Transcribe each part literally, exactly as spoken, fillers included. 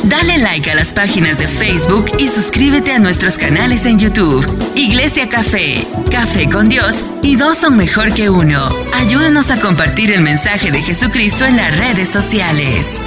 Dale like a las páginas de Facebook y suscríbete a nuestros canales en YouTube. Iglesia Café, Café con Dios y dos son mejor que uno. Ayúdanos a compartir el mensaje de Jesucristo en las redes sociales.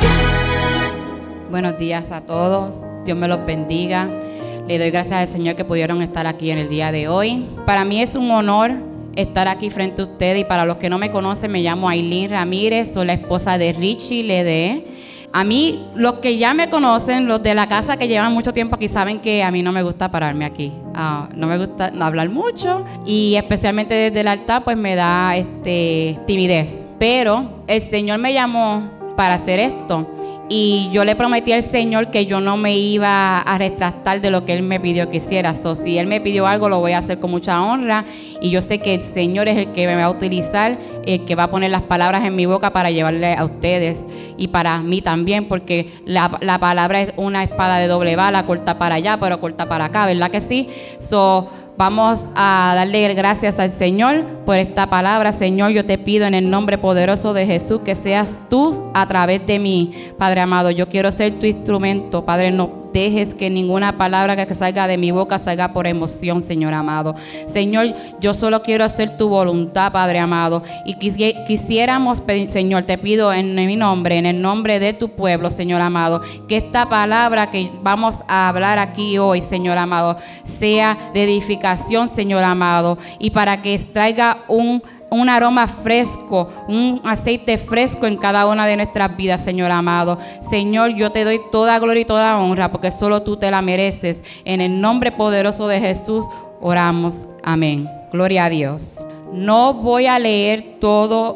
Buenos días a todos, Dios me los bendiga. Le doy gracias al Señor que pudieron estar aquí en el día de hoy. Para mí es un honor estar aquí frente a ustedes y para los que no me conocen, me llamo Ailín Ramírez, soy la esposa de Richie Ledé. A mí, los que ya me conocen, los de la casa que llevan mucho tiempo aquí, saben que a mí no me gusta pararme aquí. Uh, no me gusta no hablar mucho y especialmente desde el altar pues me da este, timidez. Pero el Señor me llamó para hacer esto. Y yo le prometí al Señor que yo no me iba a retractar de lo que Él me pidió que hiciera. So, si Él me pidió algo, lo voy a hacer con mucha honra. Y yo sé que el Señor es el que me va a utilizar, el que va a poner las palabras en mi boca para llevarle a ustedes y para mí también, porque la, la palabra es una espada de doble bala, corta para allá, pero corta para acá, ¿verdad que sí? So, vamos a darle gracias al Señor por esta palabra. Señor, yo te pido en el nombre poderoso de Jesús que seas tú a través de mí, Padre amado. Yo quiero ser tu instrumento, Padre. No dejes que ninguna palabra que salga de mi boca salga por emoción, Señor amado. Señor, yo solo quiero hacer tu voluntad, Padre amado. Y quisi- quisiéramos pedir, Señor, te pido en mi nombre, en el nombre de tu pueblo, Señor amado, que esta palabra que vamos a hablar aquí hoy, Señor amado, sea de edificación, Señor amado, y para que traiga un un aroma fresco, un aceite fresco en cada una de nuestras vidas, Señor amado. Señor, yo te doy toda gloria y toda honra porque solo tú te la mereces. En el nombre poderoso de Jesús oramos. Amén. Gloria a Dios. No voy a leer todo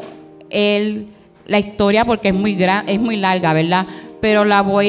el, la historia porque es muy, gran, es muy larga, ¿verdad? Pero la voy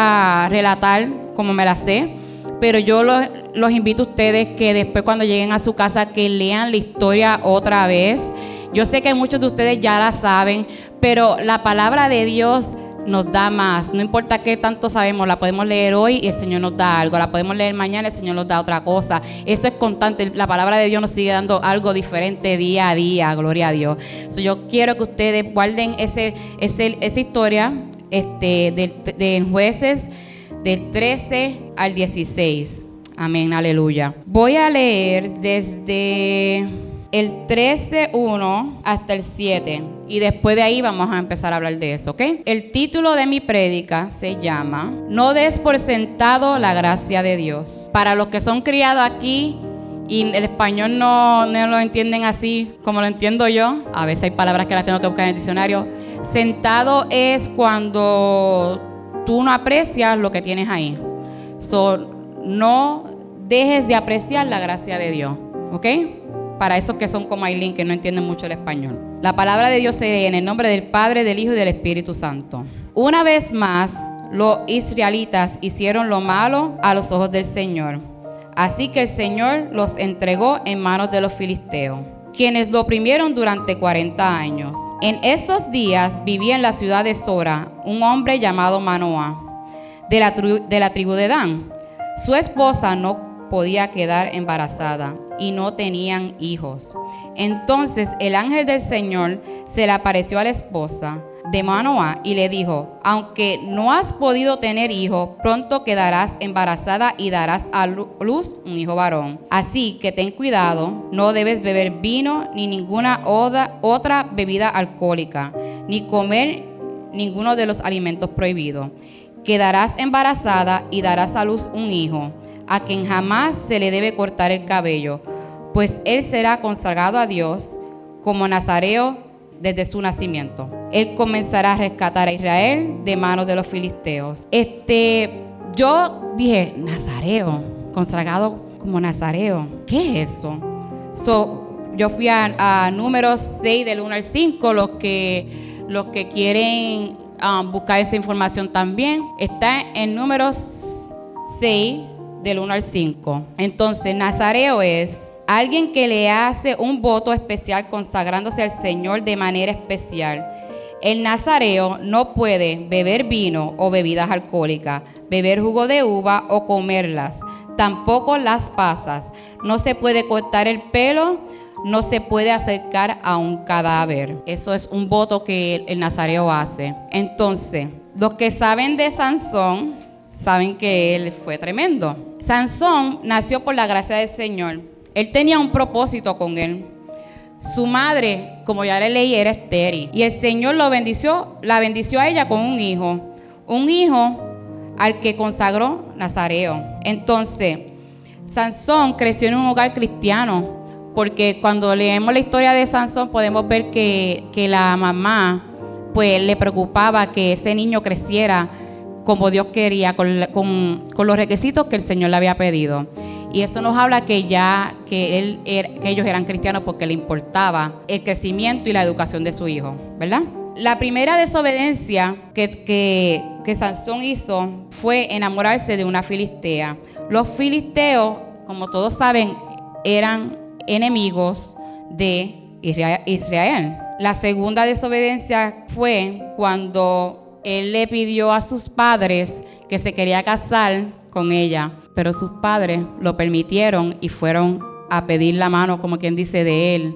a relatar como me la sé. Pero yo los, los invito a ustedes que después cuando lleguen a su casa que lean la historia otra vez. Yo sé que muchos de ustedes ya la saben, pero la palabra de Dios nos da más. No importa qué tanto sabemos, la podemos leer hoy y el Señor nos da algo. La podemos leer mañana y el Señor nos da otra cosa. Eso es constante. La palabra de Dios nos sigue dando algo diferente día a día. Gloria a Dios. So, yo quiero que ustedes guarden ese, ese, esa historia este, de, de Jueces del trece al dieciséis. Amén, aleluya. Voy a leer desde el trece uno hasta el siete. Y después de ahí vamos a empezar a hablar de eso, ¿ok? El título de mi prédica se llama No des por sentado la gracia de Dios. Para los que son criados aquí y el español no, no lo entienden así como lo entiendo yo, a veces hay palabras que las tengo que buscar en el diccionario. Sentado es cuando tú no aprecias lo que tienes ahí. So, no dejes de apreciar la gracia de Dios, ¿ok? Para esos que son como Ailín, que no entienden mucho el español. La palabra de Dios se lee en el nombre del Padre, del Hijo y del Espíritu Santo. Una vez más, los israelitas hicieron lo malo a los ojos del Señor. Así que el Señor los entregó en manos de los filisteos, quienes lo oprimieron durante cuarenta años. En esos días vivía en la ciudad de Sora un hombre llamado Manoah, de la, tri- de la tribu de Dan. Su esposa no podía quedar embarazada y no tenían hijos. Entonces el ángel del Señor se le apareció a la esposa de Manoah y le dijo: aunque no has podido tener hijo, pronto quedarás embarazada y darás a luz un hijo varón. Así que ten cuidado, no debes beber vino ni ninguna oda, otra bebida alcohólica, ni comer ninguno de los alimentos prohibidos. Quedarás embarazada y darás a luz un hijo, a quien jamás se le debe cortar el cabello, pues él será consagrado a Dios como nazareo desde su nacimiento. Él comenzará a rescatar a Israel de manos de los filisteos. Este, yo dije, nazareo, consagrado como nazareo. ¿Qué es eso? So, yo fui a, a Números seis del uno al cinco, los que, los que quieren um, buscar esa información también. Está en Números seis del uno al cinco. Entonces, nazareo es alguien que le hace un voto especial consagrándose al Señor de manera especial. El nazareo no puede beber vino o bebidas alcohólicas, beber jugo de uva o comerlas, tampoco las pasas. No se puede cortar el pelo, no se puede acercar a un cadáver. Eso es un voto que el nazareo hace. Entonces, Los que saben de Sansón saben que él fue tremendo. Sansón nació por la gracia del Señor. Él tenía un propósito con él. Su madre, como ya le leí, era estéril. Y el Señor lo bendició, la bendició a ella con un hijo. Un hijo al que consagró Nazareo. Entonces, Sansón creció en un hogar cristiano. Porque cuando leemos la historia de Sansón podemos ver que, que la mamá pues le preocupaba que ese niño creciera como Dios quería, con, con, con los requisitos que el Señor le había pedido. Y eso nos habla que ya que, él era, que ellos eran cristianos porque le importaba el crecimiento y la educación de su hijo, ¿verdad? La primera desobediencia que, que, que Sansón hizo fue enamorarse de una filistea. Los filisteos, como todos saben, eran enemigos de Israel. La segunda desobediencia fue cuando él le pidió a sus padres que se quería casar con ella, pero sus padres lo permitieron y fueron a pedir la mano, como quien dice, de él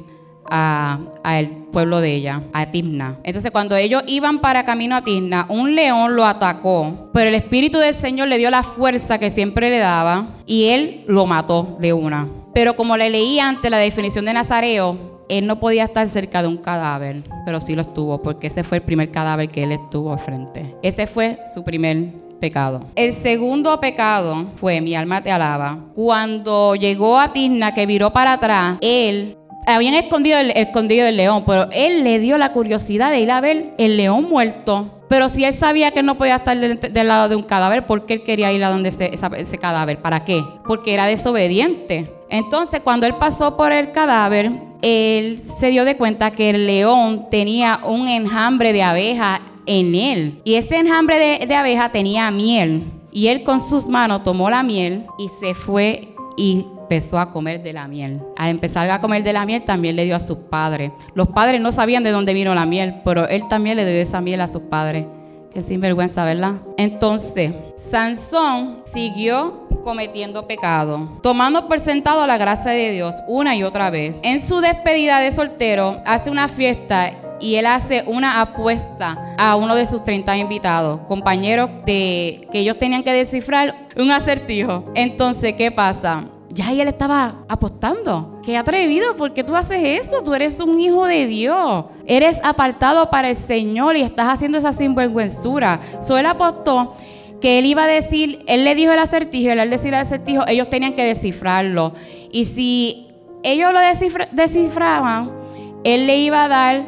a, a el pueblo de ella, a Timna. Entonces, cuando ellos iban para camino a Timna, un león lo atacó, pero el Espíritu del Señor le dio la fuerza que siempre le daba y él lo mató de una. Pero como le leí antes la definición de Nazareo, él no podía estar cerca de un cadáver, pero sí lo estuvo, porque ese fue el primer cadáver que él estuvo al frente. Ese fue su primer pecado. El segundo pecado fue mi alma te alaba. Cuando llegó a Timna, que viró para atrás, él habían escondido el, el escondido del león, pero él le dio la curiosidad de ir a ver el león muerto. Pero si él sabía que él no podía estar del, del lado de un cadáver, ¿por qué él quería ir a donde ese, esa, ese cadáver? ¿Para qué? Porque era desobediente. Entonces, cuando él pasó por el cadáver, él se dio de cuenta que el león tenía un enjambre de abeja en él. Y ese enjambre de, de abeja tenía miel. Y él con sus manos tomó la miel y se fue y empezó a comer de la miel. Al empezar a comer de la miel, también le dio a sus padres. Los padres no sabían de dónde vino la miel, pero él también le dio esa miel a sus padres. Qué sinvergüenza, ¿verdad? Entonces, Sansón siguió cometiendo pecado, tomando por sentado la gracia de Dios una y otra vez. En su despedida de soltero, hace una fiesta y él hace una apuesta a uno de sus treinta invitados, compañeros de que ellos tenían que descifrar un acertijo. Entonces, ¿qué pasa? Ya él estaba apostando. ¡Qué atrevido! ¿Por qué tú haces eso? Tú eres un hijo de Dios. Eres apartado para el Señor y estás haciendo esa sinvergüenzura. So, él apostó que él iba a decir, él le dijo el acertijo, y al decir el acertijo, ellos tenían que descifrarlo. Y si ellos lo descifra, descifraban, él le iba a dar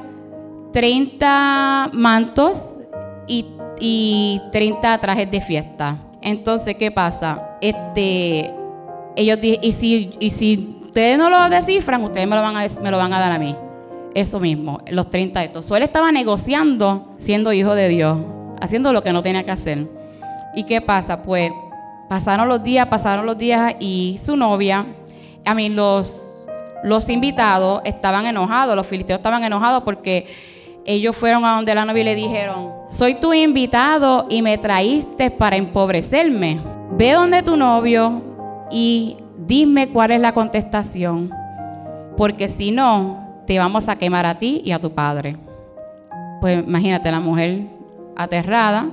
treinta mantos y, y treinta trajes de fiesta. Entonces, ¿qué pasa? Este... Ellos dije, y si, y si ustedes no lo descifran, ustedes me lo van a, me lo van a dar a mí. Eso mismo, los treinta de estos. So, él estaba negociando siendo hijo de Dios, haciendo lo que no tenía que hacer. ¿Y qué pasa? Pues pasaron los días, pasaron los días y su novia, a mí los, los invitados estaban enojados, los filisteos estaban enojados porque ellos fueron a donde la novia y le dijeron, soy tu invitado y me traíste para empobrecerme. Ve donde tu novio y dime cuál es la contestación, porque si no, te vamos a quemar a ti y a tu padre. Pues imagínate, la mujer aterrada,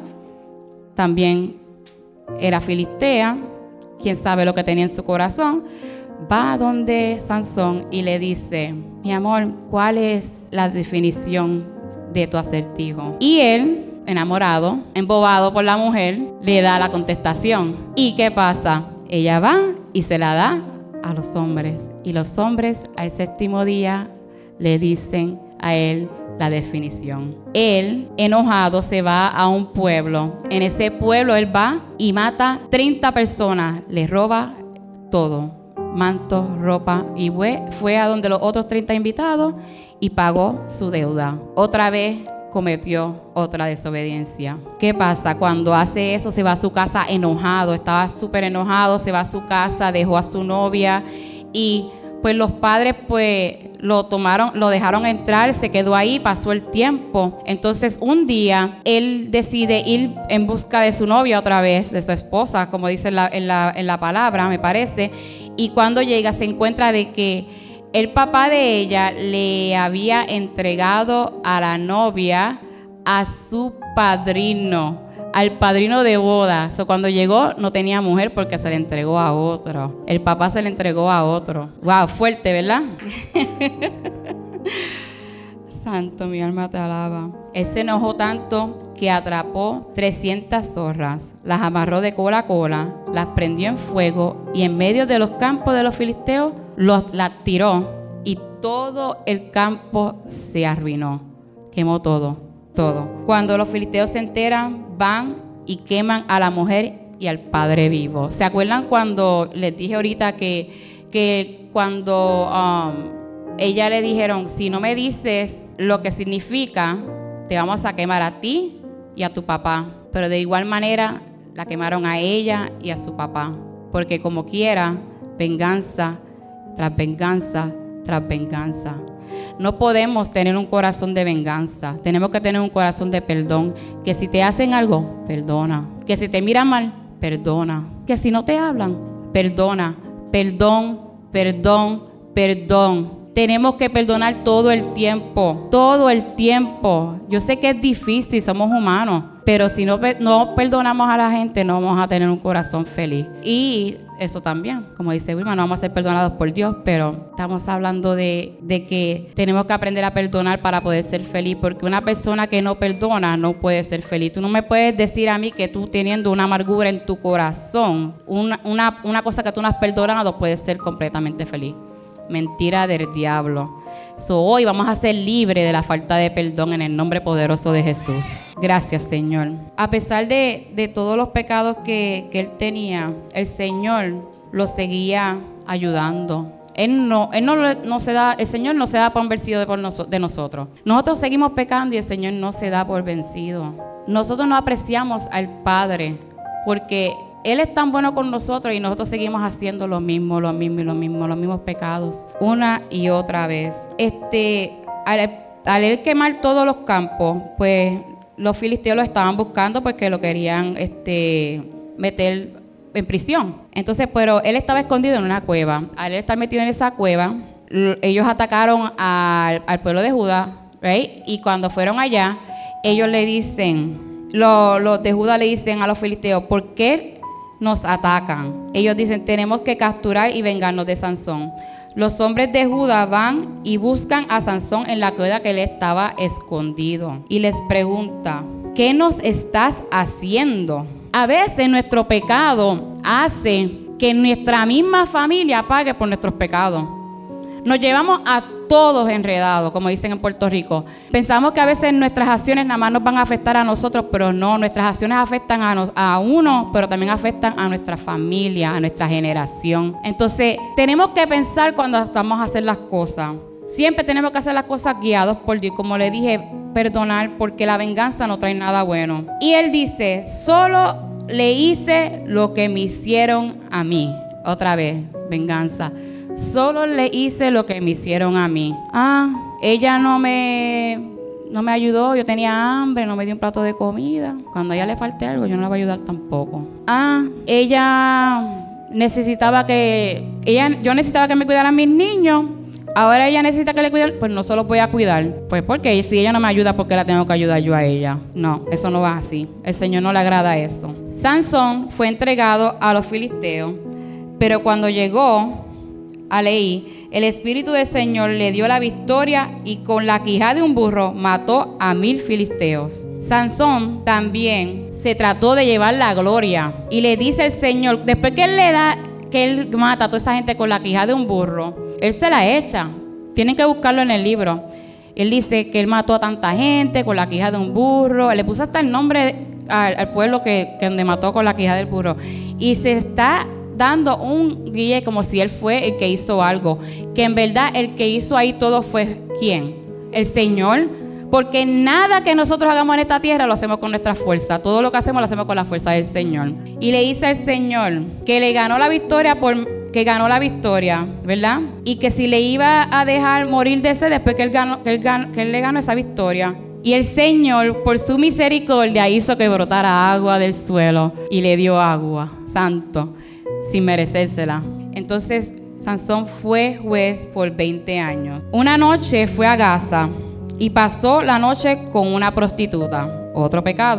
también era filistea, quién sabe lo que tenía en su corazón, va donde Sansón y le dice, mi amor, ¿cuál es la definición de tu acertijo? Y él, enamorado, embobado por la mujer, le da la contestación. ¿Y qué pasa? Ella va y se la da a los hombres. Y los hombres al séptimo día le dicen a él la definición. Él, enojado, se va a un pueblo. En ese pueblo él va y mata treinta personas. Le roba todo. Manto, ropa. Y fue a donde los otros treinta invitados y pagó su deuda. Otra vez cometió otra desobediencia. ¿Qué pasa? Cuando hace eso, se va a su casa enojado, estaba súper enojado, se va a su casa, dejó a su novia y pues los padres pues lo tomaron, lo dejaron entrar, se quedó ahí, pasó el tiempo. Entonces un día él decide ir en busca de su novia otra vez, de su esposa, como dice en la, en la, en la palabra, me parece, y cuando llega se encuentra de que el papá de ella le había entregado a la novia a su padrino. al padrino de boda. So, cuando llegó no tenía mujer porque se le entregó a otro. El papá se le entregó a otro. Wow, fuerte, ¿verdad? Santo, mi alma te alaba. Él se enojó tanto que atrapó trescientas zorras, las amarró de cola a cola, las prendió en fuego y en medio de los campos de los filisteos los, las tiró y todo el campo se arruinó. Quemó todo, todo. Cuando los filisteos se enteran, van y queman a la mujer y al padre vivo. ¿Se acuerdan cuando les dije ahorita que, que cuando... Um, ella le dijeron, si no me dices lo que significa, te vamos a quemar a ti y a tu papá? Pero de igual manera la quemaron a ella y a su papá. Porque como quiera, venganza tras venganza tras venganza. No podemos tener un corazón de venganza. Tenemos que tener un corazón de perdón. Que si te hacen algo, perdona. Que si te miran mal, perdona. Que si no te hablan, perdona. Perdón, perdón, perdón. Tenemos que perdonar todo el tiempo, todo el tiempo. Yo sé que es difícil, somos humanos, pero si no, no perdonamos a la gente, no vamos a tener un corazón feliz. Y eso también, como dice Wilma, no vamos a ser perdonados por Dios, pero estamos hablando de, de que tenemos que aprender a perdonar para poder ser feliz, porque una persona que no perdona no puede ser feliz. Tú no me puedes decir a mí que tú teniendo una amargura en tu corazón, una, una, una cosa que tú no has perdonado, puedes ser completamente feliz. Mentira del diablo. So, hoy vamos a ser libres de la falta de perdón en el nombre poderoso de Jesús. Gracias, Señor. A pesar de, de todos los pecados que, que él tenía, el Señor lo seguía ayudando. Él no, él no, no se da, el Señor no se da por vencido de, por noso, de nosotros. Nosotros seguimos pecando y el Señor no se da por vencido. Nosotros no apreciamos al Padre porque Él es tan bueno con nosotros y nosotros seguimos haciendo lo mismo, lo mismo y lo mismo, los mismos pecados, una y otra vez. Este, al, al él quemar todos los campos, pues los filisteos lo estaban buscando porque lo querían este, meter en prisión. Entonces, pero él estaba escondido en una cueva. Al él estar metido en esa cueva, ellos atacaron al, al pueblo de Judá, ¿right? Y cuando fueron allá, ellos le dicen, los, los de Judá le dicen a los filisteos, ¿por qué nos atacan? Ellos dicen, tenemos que capturar y vengarnos de Sansón. Los hombres de Judá van y buscan a Sansón en la cueva que él estaba escondido. Y les pregunta, ¿qué nos estás haciendo? A veces nuestro pecado hace que nuestra misma familia pague por nuestros pecados. Nos llevamos a todos enredados, como dicen en Puerto Rico. Pensamos que a veces nuestras acciones nada más nos van a afectar a nosotros, pero no, nuestras acciones afectan a, nos, a uno, pero también afectan a nuestra familia, a nuestra generación. Entonces, tenemos que pensar cuando estamos a hacer las cosas. Siempre tenemos que hacer las cosas guiados por Dios. Como le dije, perdonar, porque la venganza no trae nada bueno. Y él dice, solo le hice lo que me hicieron a mí. Otra vez, venganza. Solo le hice lo que me hicieron a mí. Ah, ella no me, no me ayudó, yo tenía hambre, no me dio un plato de comida. Cuando a ella le falte algo, yo no la voy a ayudar tampoco. Ah, ella necesitaba que, ella, yo necesitaba que me cuidaran mis niños. Ahora ella necesita que le cuiden, pues no se los voy a cuidar. Pues porque si ella no me ayuda, ¿por qué la tengo que ayudar yo a ella? No, eso no va así. El Señor no le agrada eso. Sansón fue entregado a los filisteos, pero cuando llegó a Leí, el Espíritu del Señor le dio la victoria y con la quijada de un burro mató a mil filisteos. Sansón también se trató de llevar la gloria y le dice el Señor, después que él le da, que él mata a toda esa gente con la quijada de un burro, él se la echa. Tienen que buscarlo en el libro. Él dice que él mató a tanta gente con la quijada de un burro. Él le puso hasta el nombre al, al pueblo que, que donde mató con la quijada del burro. Y se está dando un guille como si él fue el que hizo algo, que en verdad el que hizo ahí todo fue ¿quién? El Señor, porque nada que nosotros hagamos en esta tierra lo hacemos con nuestra fuerza, todo lo que hacemos lo hacemos con la fuerza del Señor. Y le dice al Señor que le ganó la victoria por que ganó la victoria, ¿verdad? Y que si le iba a dejar morir de sed después que él, ganó, que él, ganó, que él le ganó esa victoria. Y el Señor, por su misericordia, hizo que brotara agua del suelo y le dio agua, santo, sin merecérsela. Entonces Sansón fue juez por veinte años. Una noche fue a Gaza y pasó la noche con una prostituta. Otro pecado.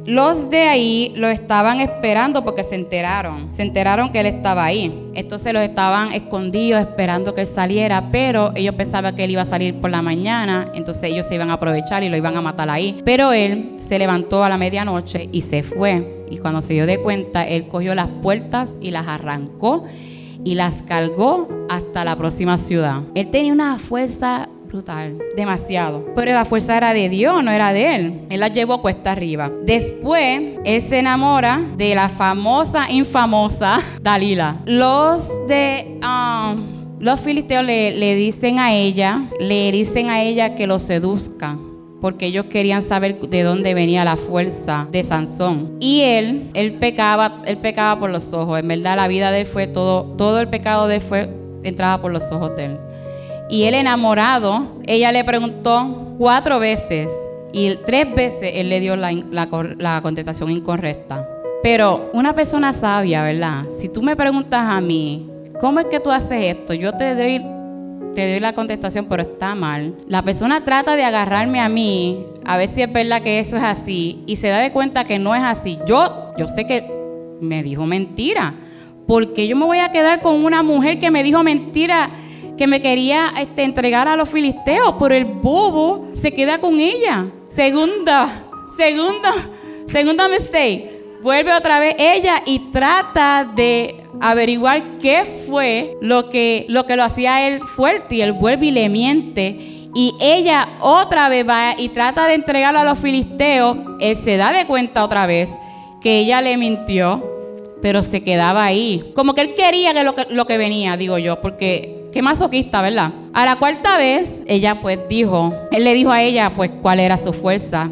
los de ahí lo estaban esperando porque se enteraron. Se enteraron que él estaba ahí. Entonces los estaban escondidos esperando que él saliera, pero ellos pensaban que él iba a salir por la mañana. Entonces ellos se iban a aprovechar y lo iban a matar ahí. Pero él se levantó a la medianoche y se fue. Y cuando se dio de cuenta, él cogió las puertas y las arrancó y las cargó hasta la próxima ciudad. Él tenía una fuerza brutal, demasiado. Pero la fuerza era de Dios, no era de él. Él la llevó cuesta arriba. Después, él se enamora de la famosa, infamosa Dalila. Los de... Um, los filisteos le, le dicen a ella, le dicen a ella que lo seduzca, porque ellos querían saber de dónde venía la fuerza de Sansón. Y él, él pecaba, él pecaba por los ojos. En verdad, la vida de él fue todo, todo el pecado de él fue, entraba por los ojos de él. Y él enamorado, ella le preguntó cuatro veces y tres veces él le dio la, la, la contestación incorrecta. Pero una persona sabia, ¿verdad? Si tú me preguntas a mí, ¿cómo es que tú haces esto? Yo te doy, te doy la contestación, pero está mal. La persona trata de agarrarme a mí, a ver si es verdad que eso es así, y se da de cuenta que no es así. Yo, yo sé que me dijo mentira, porque yo me voy a quedar con una mujer que me dijo mentira, que me quería este, entregar a los filisteos, pero el bobo se queda con ella. Segunda, segunda, segunda mistake. Vuelve otra vez ella y trata de averiguar qué fue lo que, lo que lo hacía él fuerte, y él vuelve y le miente. Y ella otra vez va y trata de entregarlo a los filisteos. Él se da de cuenta otra vez que ella le mintió, pero se quedaba ahí. Como que él quería que lo que, lo que venía, digo yo, porque... Qué masoquista, ¿verdad? A la cuarta vez, ella pues dijo, él le dijo a ella pues cuál era su fuerza.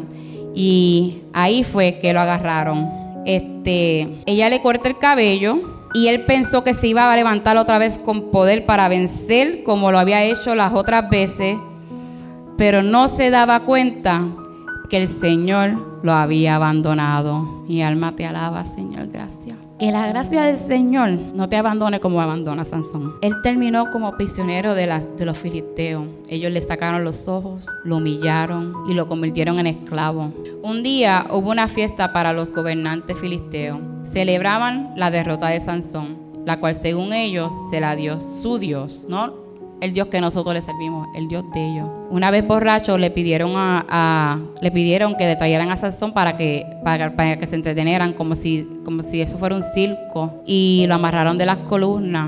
Y ahí fue que lo agarraron. Este, ella le corta el cabello y él pensó que se iba a levantar otra vez con poder para vencer como lo había hecho las otras veces. Pero no se daba cuenta que el Señor lo había abandonado. Mi alma te alaba, Señor, gracias. Que la gracia del Señor no te abandone como abandona a Sansón. Él terminó como prisionero de, las, de los filisteos. Ellos le sacaron los ojos, lo humillaron y lo convirtieron en esclavo. Un día hubo una fiesta para los gobernantes filisteos. Celebraban la derrota de Sansón, la cual según ellos se la dio su Dios, ¿no? El Dios que nosotros le servimos, el Dios de ellos. Una vez borracho le pidieron a, a le pidieron que le trajeran a Sansón para que para, para que se entretenieran como si como si eso fuera un circo, y lo amarraron de las columnas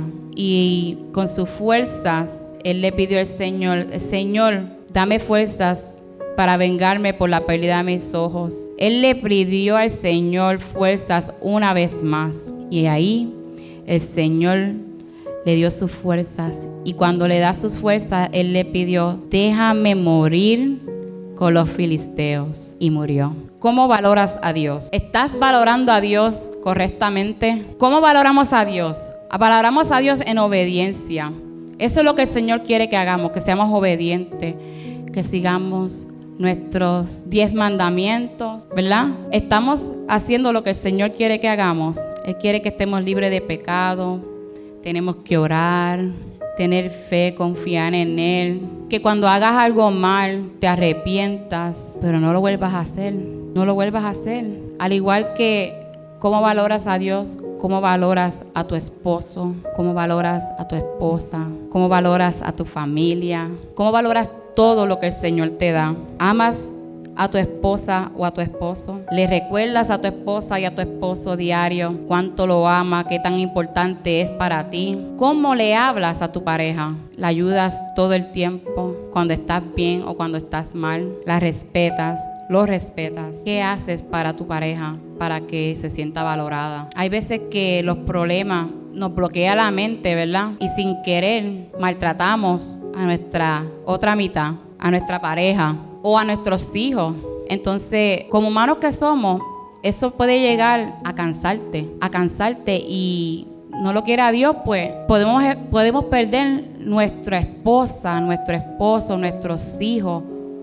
y con sus fuerzas él le pidió al Señor, Señor, dame fuerzas para vengarme por la pérdida de mis ojos. Él le pidió al Señor fuerzas una vez más, y ahí el Señor le dio sus fuerzas, y cuando le da sus fuerzas, él le pidió, déjame morir con los filisteos, y murió. ¿Cómo valoras a Dios? ¿Estás valorando a Dios correctamente? ¿Cómo valoramos a Dios? Valoramos a Dios en obediencia. Eso es lo que el Señor quiere que hagamos, que seamos obedientes, que sigamos nuestros diez mandamientos, ¿verdad? Estamos haciendo lo que el Señor quiere que hagamos. Él quiere que estemos libres de pecado. Tenemos que orar, tener fe, confiar en Él. Que cuando hagas algo mal, te arrepientas, pero no lo vuelvas a hacer. No lo vuelvas a hacer. Al igual que cómo valoras a Dios, cómo valoras a tu esposo, cómo valoras a tu esposa, cómo valoras a tu familia, cómo valoras todo lo que el Señor te da. Amas a tu esposa o a tu esposo. Le recuerdas a tu esposa y a tu esposo diario cuánto lo ama, qué tan importante es para ti. ¿Cómo le hablas a tu pareja? ¿La ayudas todo el tiempo cuando estás bien o cuando estás mal? ¿La respetas? ¿Lo respetas? ¿Qué haces para tu pareja para que se sienta valorada? Hay veces que los problemas nos bloquean la mente, ¿verdad? Y sin querer maltratamos a nuestra otra mitad, a nuestra pareja o a nuestros hijos. Entonces, como humanos que somos, eso puede llegar a cansarte, a cansarte y no lo quiera Dios, pues podemos, podemos perder nuestra esposa, nuestro esposo, nuestros hijos,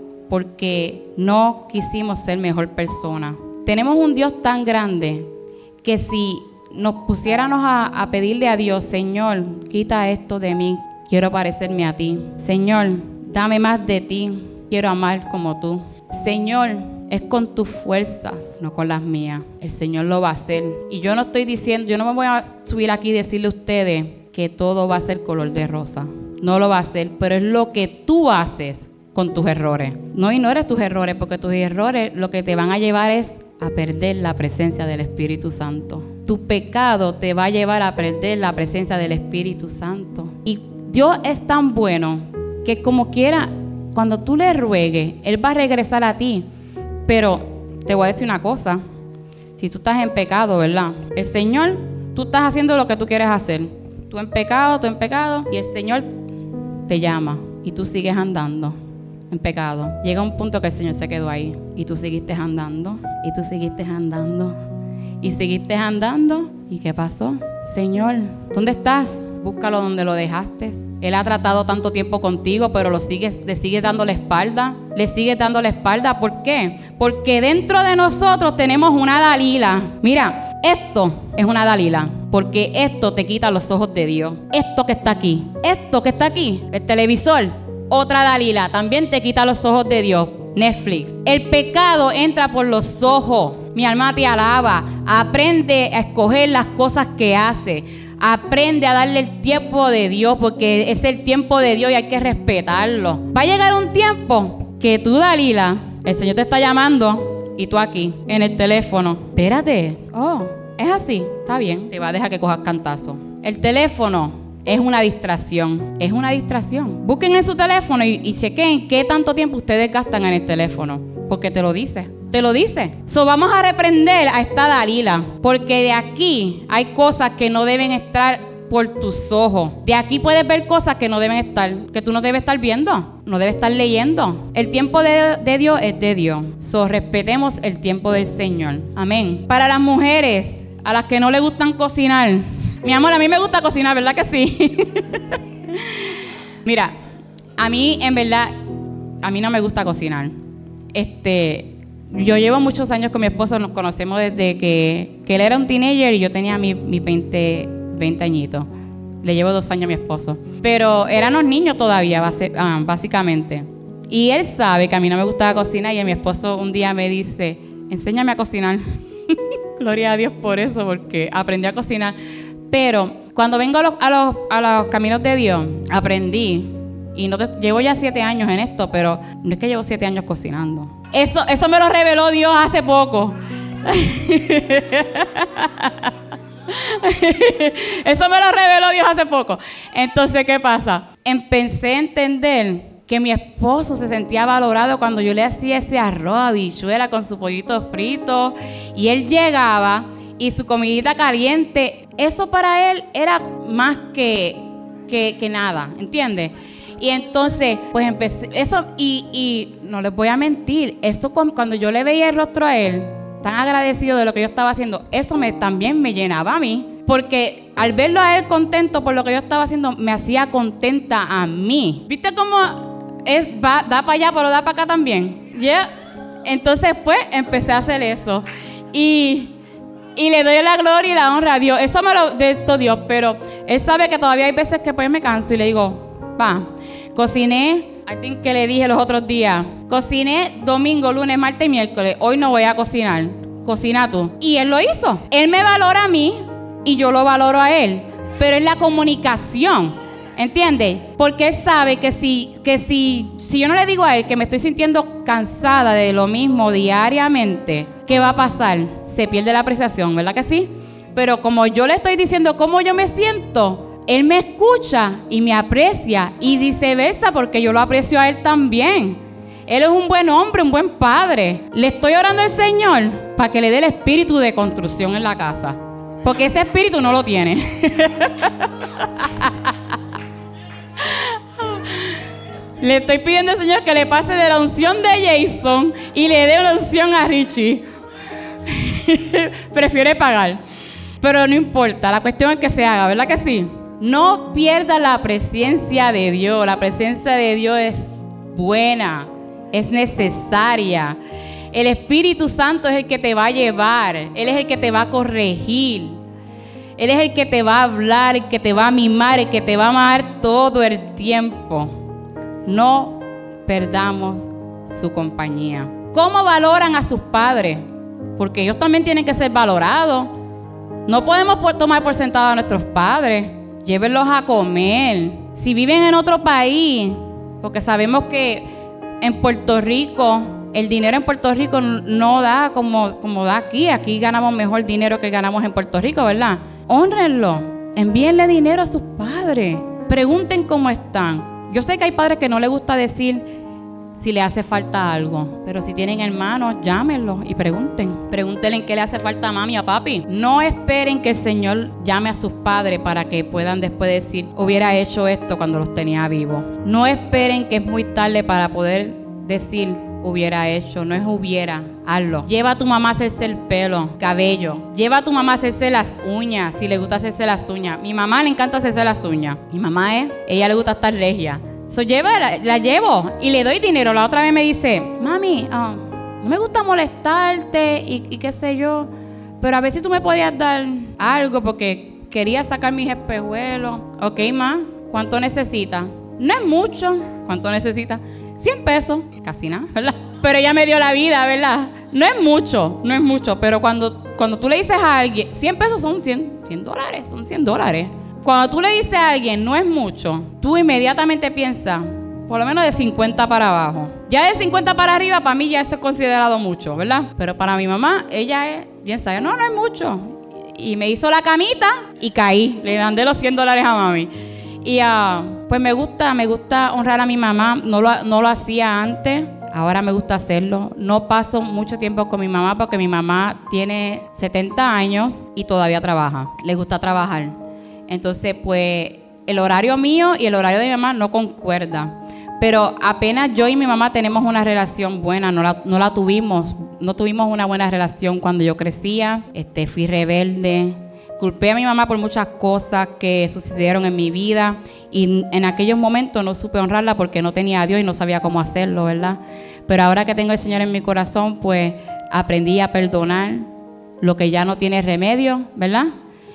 porque no quisimos ser mejor persona. Tenemos un Dios tan grande que si nos pusiéramos a, a pedirle a Dios, Señor, quita esto de mí, quiero parecerme a ti. Señor, dame más de ti. Quiero amar como tú. Señor, es con tus fuerzas, no con las mías. El Señor lo va a hacer. Y yo no estoy diciendo, yo no me voy a subir aquí y decirle a ustedes que todo va a ser color de rosa. No lo va a hacer, pero es lo que tú haces con tus errores. No ignores tus errores, porque tus errores lo que te van a llevar es a perder la presencia del Espíritu Santo. Tu pecado te va a llevar a perder la presencia del Espíritu Santo. Y Dios es tan bueno que como quiera, cuando tú le ruegues, Él va a regresar a ti. Pero te voy a decir una cosa. Si tú estás en pecado, ¿verdad? El Señor, tú estás haciendo lo que tú quieres hacer. Tú en pecado, tú en pecado. Y el Señor te llama y tú sigues andando en pecado. Llega un punto que el Señor se quedó ahí y tú seguiste andando y tú seguiste andando y seguiste andando. ¿Y qué pasó? Señor, ¿dónde estás? Búscalo donde lo dejaste. Él ha tratado tanto tiempo contigo, pero lo sigues, le sigues dando la espalda. Le sigues dando la espalda. ¿Por qué? Porque dentro de nosotros tenemos una Dalila. Mira, esto es una Dalila. Porque esto te quita los ojos de Dios. Esto que está aquí. Esto que está aquí. El televisor. Otra Dalila. También te quita los ojos de Dios. Netflix. El pecado entra por los ojos. Mi alma te alaba. Aprende a escoger las cosas que hace. Aprende a darle el tiempo de Dios, porque es el tiempo de Dios y hay que respetarlo. Va a llegar un tiempo que tú, Dalila, el Señor te está llamando y tú aquí, en el teléfono. Espérate. Oh, es así. Está bien. Te va a dejar que cojas cantazo. El teléfono es una distracción. Es una distracción. Busquen en su teléfono y, y chequen qué tanto tiempo ustedes gastan en el teléfono, porque te lo dice. Te lo dice. So, vamos a reprender a esta Dalila, porque de aquí hay cosas que no deben estar por tus ojos. De aquí puedes ver cosas que no deben estar, que tú no debes estar viendo, no debes estar leyendo. El tiempo de, de Dios es de Dios. So, respetemos el tiempo del Señor. Amén. Para las mujeres, a las que no les gustan cocinar, mi amor, a mí me gusta cocinar, ¿verdad que sí? Mira, a mí, en verdad, a mí no me gusta cocinar. Este... Yo llevo muchos años con mi esposo, nos conocemos desde que, que él era un teenager y yo tenía mis mi veinte, veinte añitos. Le llevo dos años a mi esposo. Pero éramos niños todavía, base, ah, básicamente. Y él sabe que a mí no me gustaba cocinar y mi esposo un día me dice, enséñame a cocinar. Gloria a Dios por eso, porque aprendí a cocinar. Pero cuando vengo a los, a los, a los caminos de Dios, aprendí. Y no te, llevo ya siete años en esto, pero no es que llevo siete años cocinando. Eso, eso me lo reveló Dios hace poco. Eso me lo reveló Dios hace poco. Entonces, ¿qué pasa? Empecé a entender que mi esposo se sentía valorado cuando yo le hacía ese arroz, habichuela con su pollito frito. Y él llegaba y su comidita caliente, eso para él era más que, que, que nada, ¿entiendes? Y entonces, pues empecé, eso, y, y no les voy a mentir, eso cuando yo le veía el rostro a él, tan agradecido de lo que yo estaba haciendo, eso me, también me llenaba a mí, porque al verlo a él contento por lo que yo estaba haciendo, me hacía contenta a mí. ¿Viste cómo es, va, da para allá, pero da para acá también? ¿Yeah? Entonces, pues, empecé a hacer eso, y... Y le doy la gloria y la honra a Dios. Eso me lo de esto Dios, pero Él sabe que todavía hay veces que pues me canso y le digo, va, cociné, I think que le dije los otros días, cociné domingo, lunes, martes y miércoles, hoy no voy a cocinar, cocina tú. Y Él lo hizo. Él me valora a mí y yo lo valoro a Él, pero es la comunicación, ¿entiendes? Porque Él sabe que si, que si, si yo no le digo a Él que me estoy sintiendo cansada de lo mismo diariamente, ¿qué va a pasar? Se pierde la apreciación, ¿verdad que sí? Pero como yo le estoy diciendo cómo yo me siento, Él me escucha y me aprecia y viceversa, porque yo lo aprecio a Él también. Él es un buen hombre, un buen padre. Le estoy orando al Señor para que le dé el espíritu de construcción en la casa, porque ese espíritu no lo tiene. Le estoy pidiendo al Señor que le pase de la unción de Jason y le dé una unción a Richie. Prefiere pagar, pero no importa, la cuestión es que se haga, ¿verdad que sí? No pierda la presencia de Dios. La presencia de Dios es buena, es necesaria. El Espíritu Santo es el que te va a llevar, Él es el que te va a corregir, Él es el que te va a hablar, el que te va a mimar, el que te va a amar todo el tiempo. No perdamos su compañía. ¿Cómo valoran a sus padres? Porque ellos también tienen que ser valorados. No podemos por tomar por sentado a nuestros padres. Llévenlos a comer. Si viven en otro país, porque sabemos que en Puerto Rico, el dinero en Puerto Rico no da como, como da aquí. Aquí ganamos mejor dinero que ganamos en Puerto Rico, ¿verdad? Hónrenlo. Envíenle dinero a sus padres. Pregunten cómo están. Yo sé que hay padres que no les gusta decir si le hace falta algo, pero si tienen hermanos, llámenlos y pregunten. Pregúntenle en qué le hace falta a mami o a papi. No esperen que el Señor llame a sus padres para que puedan después decir, hubiera hecho esto cuando los tenía vivos. No esperen que es muy tarde para poder decir, hubiera hecho. No es hubiera, hazlo. Lleva a tu mamá a hacerse el pelo, cabello. Lleva a tu mamá a hacerse las uñas, si le gusta hacerse las uñas. Mi mamá le encanta hacerse las uñas. Mi mamá es, ella le gusta estar regia. So, lleva, la, la llevo y le doy dinero. La otra vez me dice, mami, uh, no me gusta molestarte y, y qué sé yo, pero a ver si tú me podías dar algo porque quería sacar mis espejuelos. Ok, ma, ¿cuánto necesita? No es mucho. ¿Cuánto necesita? cien pesos. Casi nada, ¿verdad? Pero ella me dio la vida, ¿verdad? No es mucho, no es mucho, pero cuando, cuando tú le dices a alguien, cien pesos son cien, cien dólares, son cien dólares. Cuando tú le dices a alguien, no es mucho, tú inmediatamente piensas, por lo menos de cincuenta para abajo. Ya de cincuenta para arriba, para mí ya eso es considerado mucho, ¿verdad? Pero para mi mamá, ella es bien sabia, no, no es mucho. Y me hizo la camita y caí. Le mandé los cien dólares a mami. Y uh, pues me gusta, me gusta honrar a mi mamá. No lo, no lo hacía antes, ahora me gusta hacerlo. No paso mucho tiempo con mi mamá porque mi mamá tiene setenta años y todavía trabaja. Le gusta trabajar. Entonces, pues, el horario mío y el horario de mi mamá no concuerda. Pero apenas yo y mi mamá tenemos una relación buena, no la, no la tuvimos, no tuvimos una buena relación cuando yo crecía. Este, fui rebelde, culpé a mi mamá por muchas cosas que sucedieron en mi vida y en aquellos momentos no supe honrarla porque no tenía a Dios y no sabía cómo hacerlo, ¿verdad? Pero ahora que tengo al Señor en mi corazón, pues, aprendí a perdonar lo que ya no tiene remedio, ¿verdad?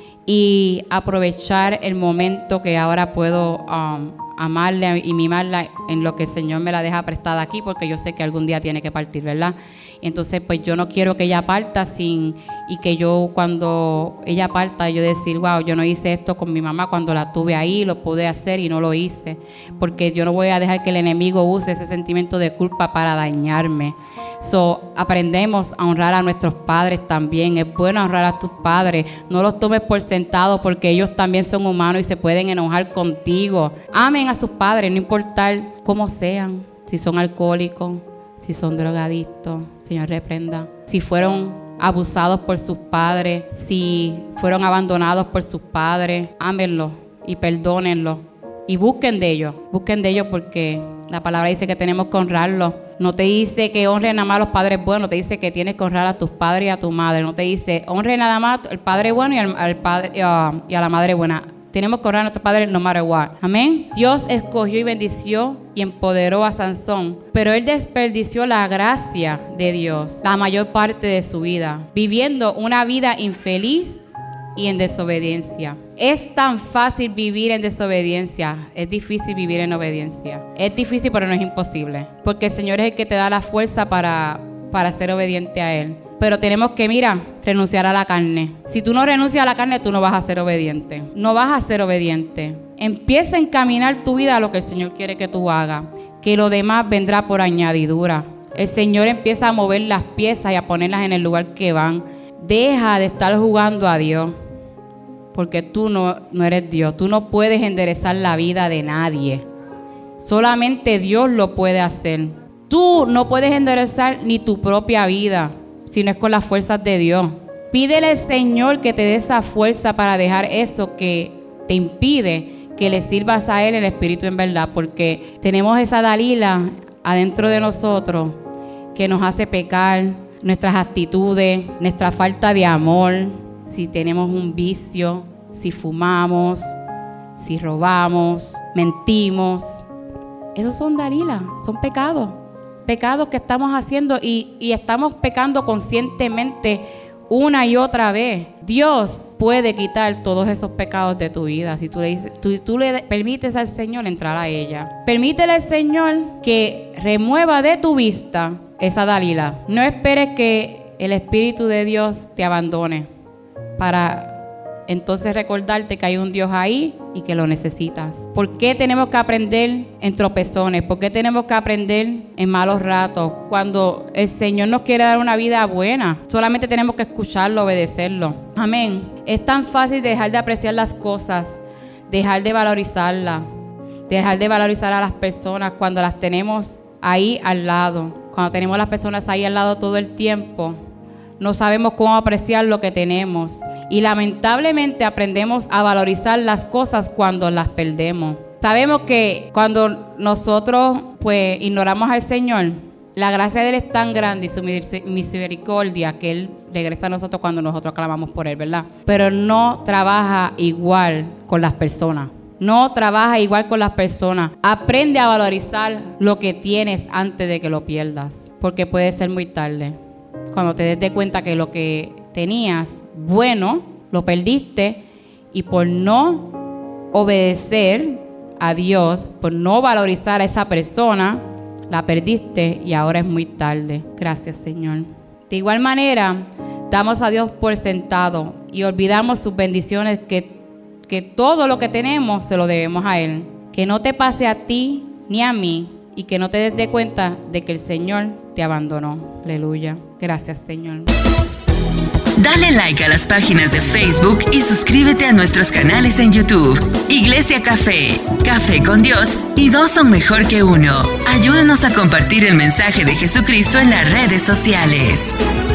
Y aprovechar el momento que ahora puedo um, amarle y mimarla en lo que el Señor me la deja prestada aquí, porque yo sé que algún día tiene que partir, ¿verdad? Y entonces, pues yo no quiero que ella parta sin, y que yo cuando ella parta, yo decir, wow, yo no hice esto con mi mamá cuando la tuve ahí, lo pude hacer y no lo hice, porque yo no voy a dejar que el enemigo use ese sentimiento de culpa para dañarme. So, aprendemos a honrar a nuestros padres también. Es bueno honrar a tus padres. No los tomes por sentados porque ellos también son humanos y se pueden enojar contigo. Amen a sus padres, no importar cómo sean. Si son alcohólicos, si son drogadictos, Señor reprenda. Si fueron abusados por sus padres, si fueron abandonados por sus padres, ámenlos y perdónenlos. Y busquen de ellos, busquen de ellos porque la palabra dice que tenemos que honrarlos. No te dice que honren nada más a los padres buenos, te dice que tienes que honrar a tus padres y a tu madre. No te dice honre nada más al padre bueno y, al, al padre, uh, y a la madre buena. Tenemos que honrar a nuestros padres no matter what. Amén. Dios escogió y bendició y empoderó a Sansón, pero él desperdició la gracia de Dios la mayor parte de su vida, viviendo una vida infeliz y en desobediencia. Es tan fácil vivir en desobediencia. Es difícil vivir en obediencia. Es difícil, pero no es imposible. Porque el Señor es el que te da la fuerza para, para ser obediente a Él. Pero tenemos que, mira, renunciar a la carne. Si tú no renuncias a la carne, tú no vas a ser obediente. No vas a ser obediente. Empieza a encaminar tu vida a lo que el Señor quiere que tú hagas. Que lo demás vendrá por añadidura. El Señor empieza a mover las piezas y a ponerlas en el lugar que van. Deja de estar jugando a Dios. Porque tú no, no eres Dios. Tú no puedes enderezar la vida de nadie. Solamente Dios lo puede hacer. Tú no puedes enderezar ni tu propia vida si no es con las fuerzas de Dios. Pídele al Señor que te dé esa fuerza para dejar eso que te impide que le sirvas a Él el Espíritu en verdad. Porque tenemos esa Dalila adentro de nosotros que nos hace pecar, nuestras actitudes, nuestra falta de amor. Si tenemos un vicio, si fumamos, si robamos, mentimos. Esos son Dalila, son pecados. Pecados que estamos haciendo y, y estamos pecando conscientemente una y otra vez. Dios puede quitar todos esos pecados de tu vida si tú le, dices, tú, tú le permites al Señor entrar a ella. Permítele al Señor que remueva de tu vista esa Dalila. No esperes que el Espíritu de Dios te abandone para entonces recordarte que hay un Dios ahí y que lo necesitas. ¿Por qué tenemos que aprender en tropezones? ¿Por qué tenemos que aprender en malos ratos? Cuando el Señor nos quiere dar una vida buena, solamente tenemos que escucharlo, obedecerlo. Amén. Es tan fácil dejar de apreciar las cosas, dejar de valorizarlas, dejar de valorizar a las personas cuando las tenemos ahí al lado. Cuando tenemos las personas ahí al lado todo el tiempo, no sabemos cómo apreciar lo que tenemos. Y lamentablemente aprendemos a valorizar las cosas cuando las perdemos. Sabemos que cuando nosotros pues ignoramos al Señor, la gracia de Él es tan grande y su misericordia que Él regresa a nosotros cuando nosotros clamamos por Él, ¿verdad? Pero no trabaja igual con las personas. No trabaja igual con las personas. Aprende a valorizar lo que tienes antes de que lo pierdas, porque puede ser muy tarde. Cuando te des de cuenta que lo que tenías bueno, lo perdiste, y por no obedecer a Dios, por no valorizar a esa persona, la perdiste y ahora es muy tarde. Gracias, Señor. De igual manera, damos a Dios por sentado y olvidamos sus bendiciones, que, que todo lo que tenemos se lo debemos a Él. Que no te pase a ti ni a mí, y que no te des de cuenta de que el Señor te abandonó. Aleluya. Gracias, Señor. Dale like a las páginas de Facebook y suscríbete a nuestros canales en YouTube. Iglesia Café, Café con Dios y dos son mejor que uno. Ayúdanos a compartir el mensaje de Jesucristo en las redes sociales.